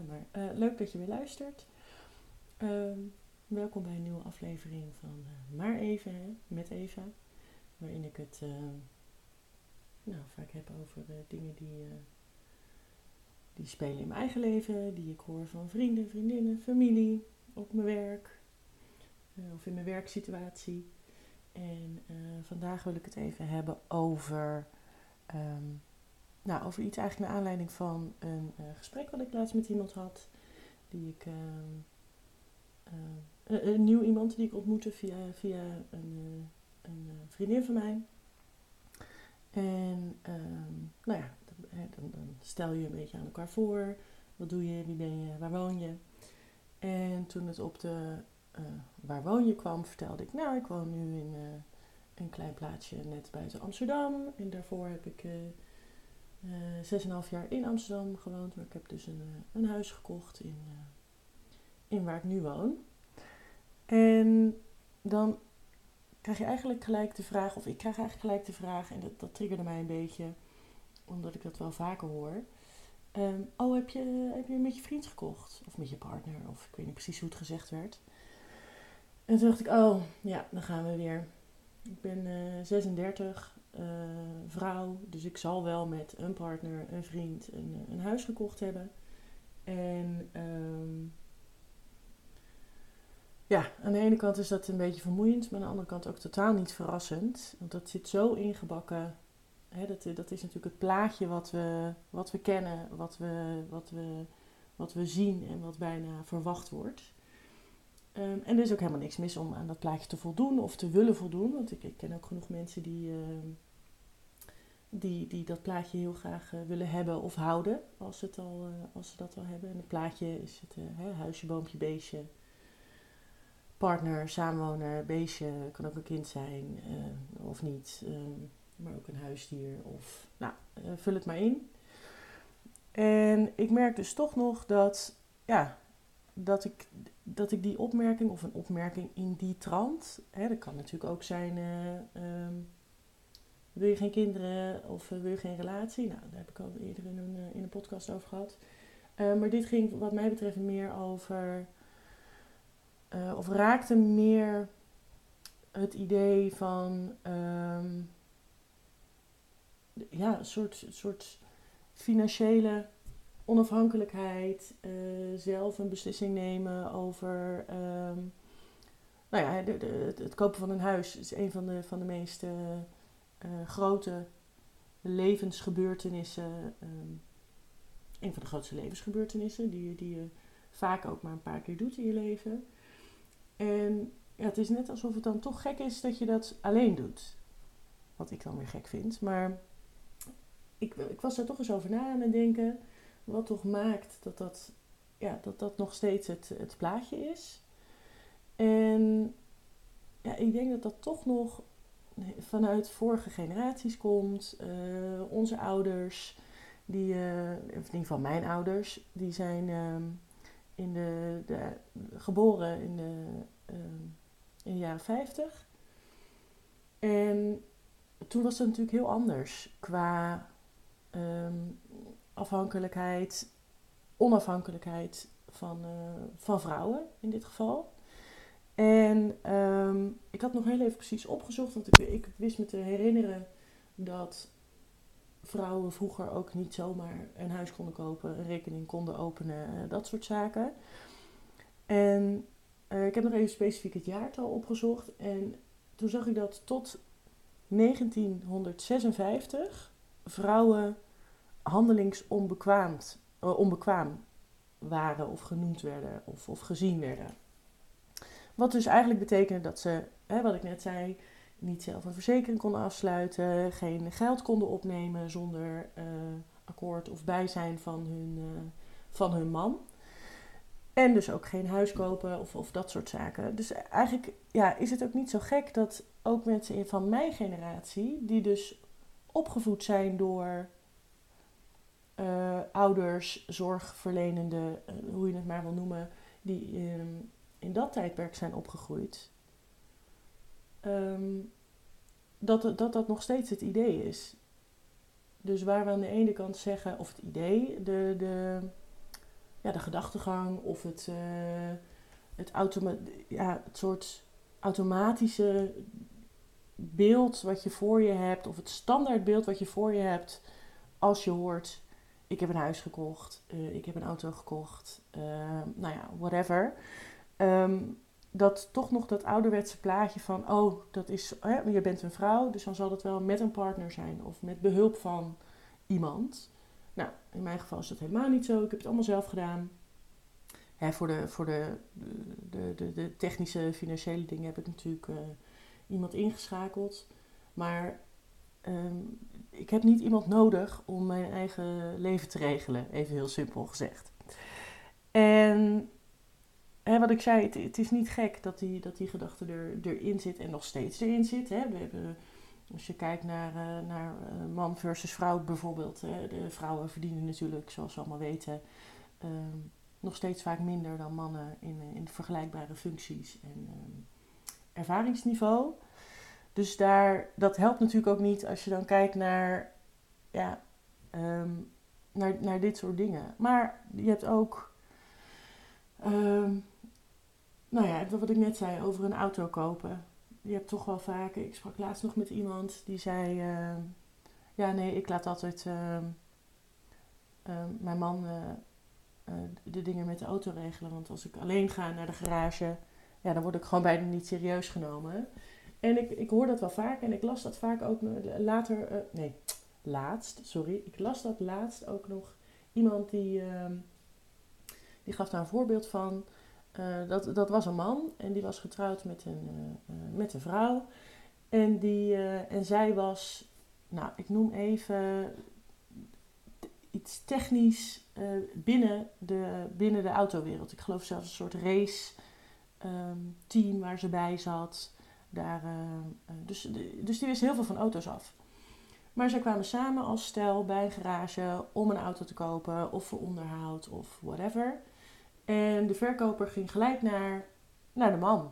maar leuk dat je weer luistert. Ehm, Welkom bij een nieuwe aflevering van Maar Even, hè, met Eva. Waarin ik het vaak heb over dingen die spelen in mijn eigen leven. Die ik hoor van vrienden, vriendinnen, familie, op mijn werk of in mijn werksituatie. En vandaag wil ik het even hebben over iets eigenlijk naar aanleiding van een gesprek wat ik laatst met iemand had. Een nieuw iemand die ik ontmoette via een vriendin van mij. En dan stel je een beetje aan elkaar voor. Wat doe je, wie ben je, waar woon je? En toen het op de waar woon je kwam, vertelde ik, nou, ik woon nu in een klein plaatsje net buiten Amsterdam. En daarvoor heb ik 6,5 jaar in Amsterdam gewoond. Maar ik heb dus een huis gekocht in waar ik nu woon. En dan krijg je eigenlijk gelijk de vraag, of ik krijg eigenlijk gelijk de vraag, en dat triggerde mij een beetje, omdat ik dat wel vaker hoor. Heb je met je vriend gekocht? Of met je partner? Of ik weet niet precies hoe het gezegd werd. En toen dacht ik, oh, ja, dan gaan we weer. Ik ben 36, vrouw, dus ik zal wel met een partner, een vriend, een huis gekocht hebben. En aan de ene kant is dat een beetje vermoeiend, maar aan de andere kant ook totaal niet verrassend. Want dat zit zo ingebakken. Hè, dat is natuurlijk het plaatje wat we kennen, wat we zien en wat bijna verwacht wordt. En er is ook helemaal niks mis om aan dat plaatje te voldoen of te willen voldoen. Want ik ken ook genoeg mensen die dat plaatje heel graag willen hebben of houden, als ze dat al hebben. En het plaatje is het huisje, boompje, beestje. Partner, samenwoner, beestje, kan ook een kind zijn of niet. Maar ook een huisdier of, vul het maar in. En ik merk dus toch nog dat ik die opmerking of een opmerking in die trant, dat kan natuurlijk ook zijn, wil je geen kinderen of wil je geen relatie? Nou, daar heb ik al eerder in een podcast over gehad. Maar dit ging wat mij betreft meer over, of raakte meer het idee van een soort financiële onafhankelijkheid, zelf een beslissing nemen over het kopen van een huis is een van de meest grote levensgebeurtenissen, een van de grootste levensgebeurtenissen die je vaak ook maar een paar keer doet in je leven. En het is net alsof het dan toch gek is dat je dat alleen doet. Wat ik dan weer gek vind. Maar ik was daar toch eens over na aan het denken. Wat toch maakt dat nog steeds het plaatje is. En ik denk dat dat toch nog vanuit vorige generaties komt. Onze ouders, of in ieder geval mijn ouders, die zijn geboren in de jaren 50. En toen was het natuurlijk heel anders qua onafhankelijkheid van vrouwen in dit geval. En ik had nog heel even precies opgezocht, want ik wist me te herinneren dat vrouwen vroeger ook niet zomaar een huis konden kopen, een rekening konden openen, dat soort zaken. En ik heb nog even specifiek het jaartal opgezocht en toen zag ik dat tot 1956 vrouwen onbekwaam waren of genoemd werden of gezien werden. Wat dus eigenlijk betekende dat ze, wat ik net zei, niet zelf een verzekering konden afsluiten, geen geld konden opnemen zonder akkoord of bijzijn van hun man. En dus ook geen huis kopen of dat soort zaken. Dus eigenlijk is het ook niet zo gek dat ook mensen van mijn generatie, die dus opgevoed zijn door ouders, zorgverlenende, hoe je het maar wil noemen, die in dat tijdperk zijn opgegroeid, dat nog steeds het idee is. Dus waar we aan de ene kant zeggen, of het idee, de gedachtegang of het soort automatische beeld wat je voor je hebt, of het standaardbeeld wat je voor je hebt als je hoort, ik heb een huis gekocht, ik heb een auto gekocht, whatever. Dat toch nog dat ouderwetse plaatje van, dat is, je bent een vrouw, dus dan zal dat wel met een partner zijn of met behulp van iemand. Nou, in mijn geval is dat helemaal niet zo. Ik heb het allemaal zelf gedaan. Voor de technische, financiële dingen heb ik natuurlijk iemand ingeschakeld. Maar ik heb niet iemand nodig om mijn eigen leven te regelen. Even heel simpel gezegd. En wat ik zei, het is niet gek dat die gedachte erin zit en nog steeds erin zit. Hè. We hebben, als je kijkt naar man versus vrouw bijvoorbeeld. De vrouwen verdienen natuurlijk, zoals we allemaal weten, nog steeds vaak minder dan mannen in vergelijkbare functies en ervaringsniveau. Dus dat helpt natuurlijk ook niet als je dan kijkt naar dit soort dingen. Maar je hebt ook, wat ik net zei over een auto kopen. Je hebt toch wel vaak, ik sprak laatst nog met iemand die zei, ik laat altijd mijn man de dingen met de auto regelen. Want als ik alleen ga naar de garage, dan word ik gewoon bijna niet serieus genomen. En ik hoor dat wel vaak en ik las dat vaak ook Ik las dat laatst ook nog. Iemand die gaf daar een voorbeeld van. Dat was een man en die was getrouwd met een vrouw. En zij was, ik noem even iets technisch binnen de autowereld. Ik geloof zelfs een soort race team waar ze bij zat. Dus die wist heel veel van auto's af. Maar zij kwamen samen als stel bij een garage om een auto te kopen of voor onderhoud of whatever. En de verkoper ging gelijk naar de man.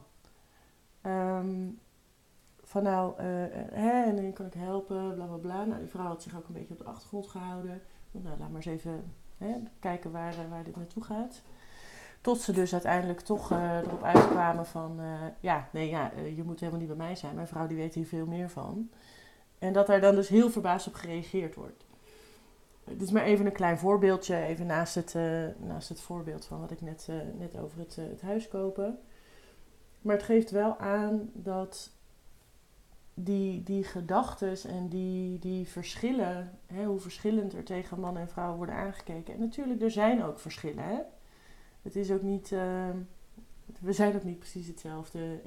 En dan kan ik helpen, bla bla bla. Nou, die vrouw had zich ook een beetje op de achtergrond gehouden. Laat maar eens even kijken waar dit naartoe gaat. Tot ze dus uiteindelijk toch erop uitkwamen van, je moet helemaal niet bij mij zijn. Mijn vrouw die weet hier veel meer van. En dat daar dan dus heel verbaasd op gereageerd wordt. Dit is maar even een klein voorbeeldje, even naast het voorbeeld van wat ik net over het huis kopen. Maar het geeft wel aan dat die gedachtes en die verschillen, hoe verschillend er tegen mannen en vrouwen worden aangekeken. En natuurlijk, er zijn ook verschillen. Hè? Het is ook niet, we zijn ook niet precies hetzelfde.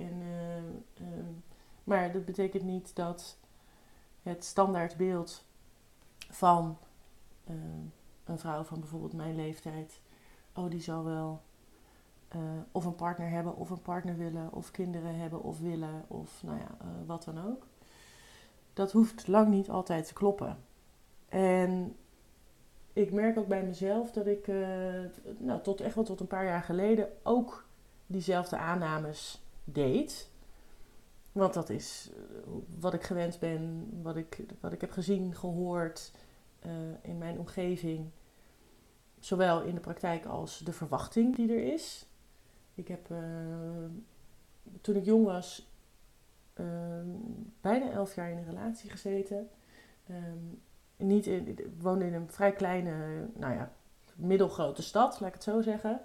Maar dat betekent niet dat het standaardbeeld van een vrouw van bijvoorbeeld mijn leeftijd, die zal wel of een partner hebben of een partner willen of kinderen hebben of willen of wat dan ook. Dat hoeft lang niet altijd te kloppen. En ik merk ook bij mezelf dat ik tot een paar jaar geleden ook diezelfde aannames deed. Want dat is wat ik gewend ben, wat ik heb gezien, gehoord in mijn omgeving. Zowel in de praktijk als de verwachting die er is. Ik heb toen ik jong was bijna 11 jaar in een relatie gezeten. Ik woonde in een vrij kleine, middelgrote stad, laat ik het zo zeggen.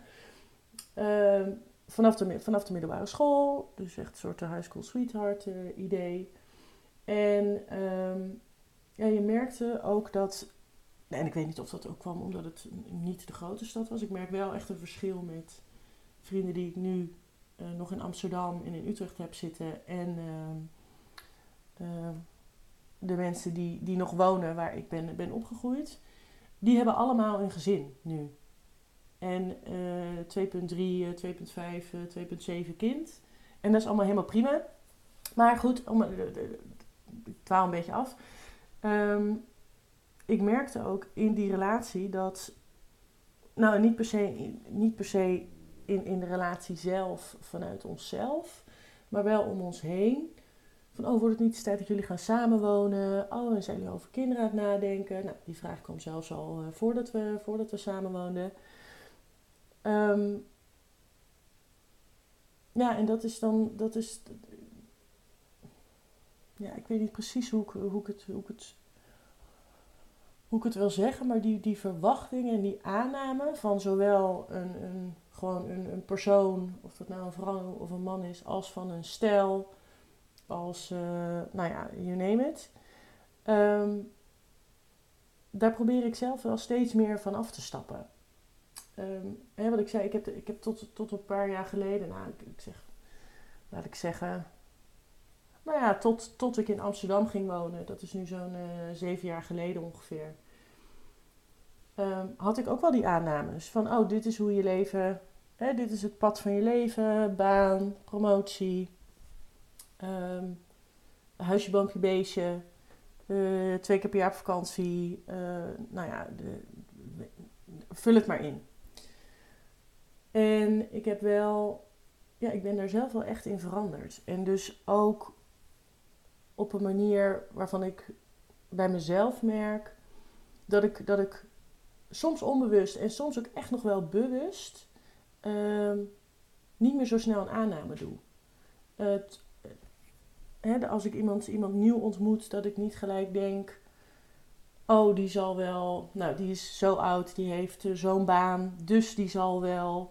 Vanaf de middelbare school, dus echt een soort high school sweetheart idee. En je merkte ook dat, en ik weet niet of dat ook kwam omdat het niet de grote stad was. Ik merk wel echt een verschil met vrienden die ik nu nog in Amsterdam en in Utrecht heb zitten. En de mensen die nog wonen waar ik ben opgegroeid. Die hebben allemaal een gezin nu. En 2,3, 2,5, 2,7 kind. En dat is allemaal helemaal prima. Maar goed, ik dwaal een beetje af. Ik merkte ook in die relatie dat, niet per se in de relatie zelf vanuit onszelf, maar wel om ons heen. Van, wordt het niet eens tijd dat jullie gaan samenwonen? En zijn jullie over kinderen aan het nadenken? Nou, die vraag kwam zelfs al voordat we samenwoonden. Ehm, ja, en ja, ik weet niet precies hoe ik het wil zeggen, maar die verwachtingen en die aanname van zowel gewoon een persoon, of dat nou een vrouw of een man is, als van een stijl, als, nou ja, you name it. Daar probeer ik zelf wel steeds meer van af te stappen. Wat ik zei, ik heb tot een paar jaar geleden, nou, laat ik zeggen, nou ja, tot ik in Amsterdam ging wonen, dat is nu zo'n 7 jaar geleden ongeveer, had ik ook wel die aannames van, oh, dit is hoe je leven, dit is het pad van je leven, baan, promotie, huisje, boompje, beestje, 2 keer per jaar op vakantie, nou ja, vul het maar in. En ik ben daar zelf wel echt in veranderd. En dus ook op een manier waarvan ik bij mezelf merk dat ik soms onbewust en soms ook echt nog wel bewust niet meer zo snel een aanname doe. Als ik iemand nieuw ontmoet, dat ik niet gelijk denk, oh, die zal wel, nou, die is zo oud, die heeft zo'n baan, dus die zal wel,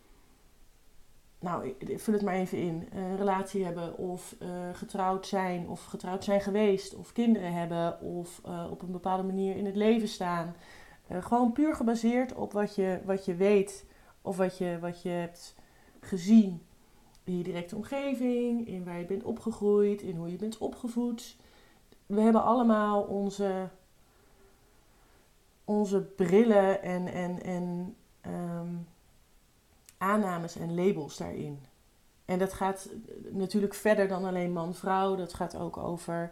nou, vul het maar even in, een relatie hebben of getrouwd zijn geweest of kinderen hebben of op een bepaalde manier in het leven staan. Gewoon puur gebaseerd op wat je weet of wat je hebt gezien in je directe omgeving, in waar je bent opgegroeid, in hoe je bent opgevoed. We hebben allemaal onze brillen en aannames en labels daarin. En dat gaat natuurlijk verder dan alleen man-vrouw. Dat gaat ook over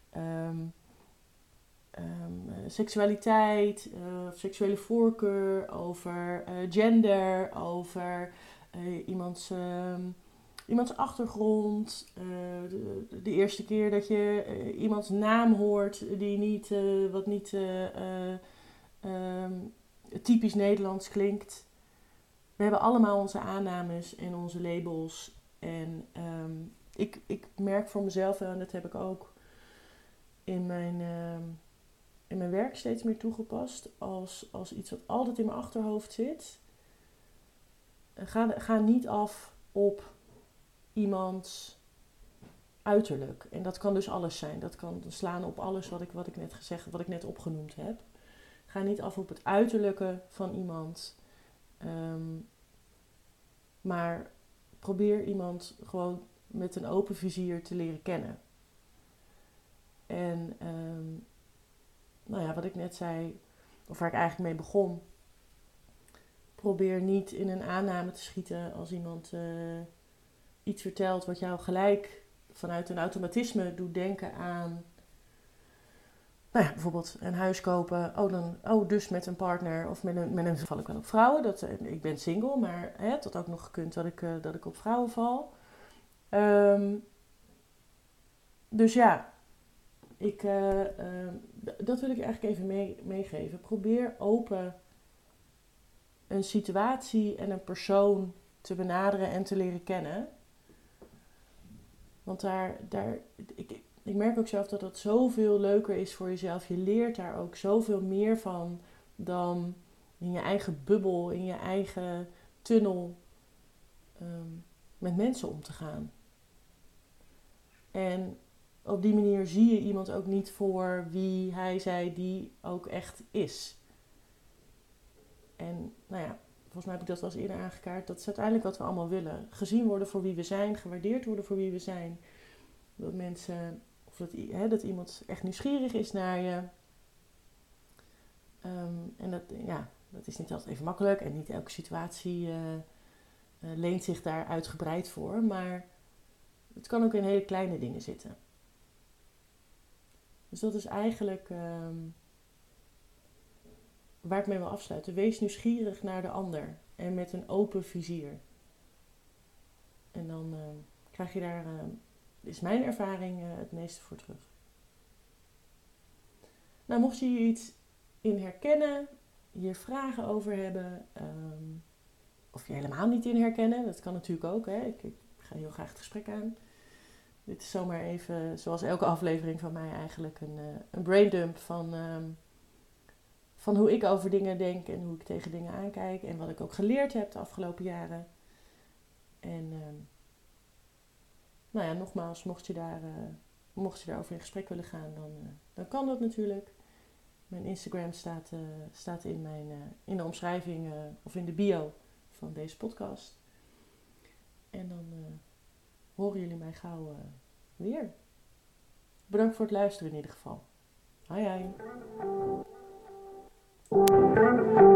seksualiteit, seksuele voorkeur, over gender, over iemands achtergrond. De eerste keer dat je iemands naam hoort die wat niet typisch Nederlands klinkt. We hebben allemaal onze aannames en onze labels. En ik merk voor mezelf, en dat heb ik ook in mijn werk steeds meer toegepast, als iets wat altijd in mijn achterhoofd zit. Ga niet af op iemands uiterlijk. En dat kan dus alles zijn. Dat kan slaan op alles wat ik net gezegd, wat ik net opgenoemd heb. Ga niet af op het uiterlijke van iemand. Maar probeer iemand gewoon met een open vizier te leren kennen. En nou ja, wat ik net zei, of waar ik eigenlijk mee begon. Probeer niet in een aanname te schieten als iemand iets vertelt wat jou gelijk vanuit een automatisme doet denken aan, nou ja, bijvoorbeeld een huis kopen. Dus met een partner of met een val ik wel op vrouwen. Ik ben single, maar het had ook nog gekund dat ik op vrouwen val. Dus ja, dat wil ik eigenlijk even meegeven. Probeer open een situatie en een persoon te benaderen en te leren kennen. Want ik merk ook zelf dat dat zoveel leuker is voor jezelf. Je leert daar ook zoveel meer van dan in je eigen bubbel, in je eigen tunnel met mensen om te gaan. En op die manier zie je iemand ook niet voor wie hij, zij, die ook echt is. En nou ja, volgens mij heb ik dat wel eens eerder aangekaart. Dat is uiteindelijk wat we allemaal willen. Gezien worden voor wie we zijn, gewaardeerd worden voor wie we zijn. Dat mensen, of dat iemand echt nieuwsgierig is naar je. En dat is niet altijd even makkelijk. En niet elke situatie leent zich daar uitgebreid voor. Maar het kan ook in hele kleine dingen zitten. Dus dat is eigenlijk waar ik mee wil afsluiten. Wees nieuwsgierig naar de ander. En met een open vizier. En dan krijg je daar, is mijn ervaring, het meeste voor terug. Nou, mocht je hier iets in herkennen, hier vragen over hebben, of je helemaal niet in herkennen. Dat kan natuurlijk ook. Hè? Ik ga heel graag het gesprek aan. Dit is zomaar even, zoals elke aflevering van mij eigenlijk, een braindump van hoe ik over dingen denk en hoe ik tegen dingen aankijk. En wat ik ook geleerd heb de afgelopen jaren. En nou ja, nogmaals, mocht je daarover in gesprek willen gaan, dan kan dat natuurlijk. Mijn Instagram staat in de omschrijving of in de bio van deze podcast. En dan horen jullie mij gauw weer. Bedankt voor het luisteren in ieder geval. Hoi hoi.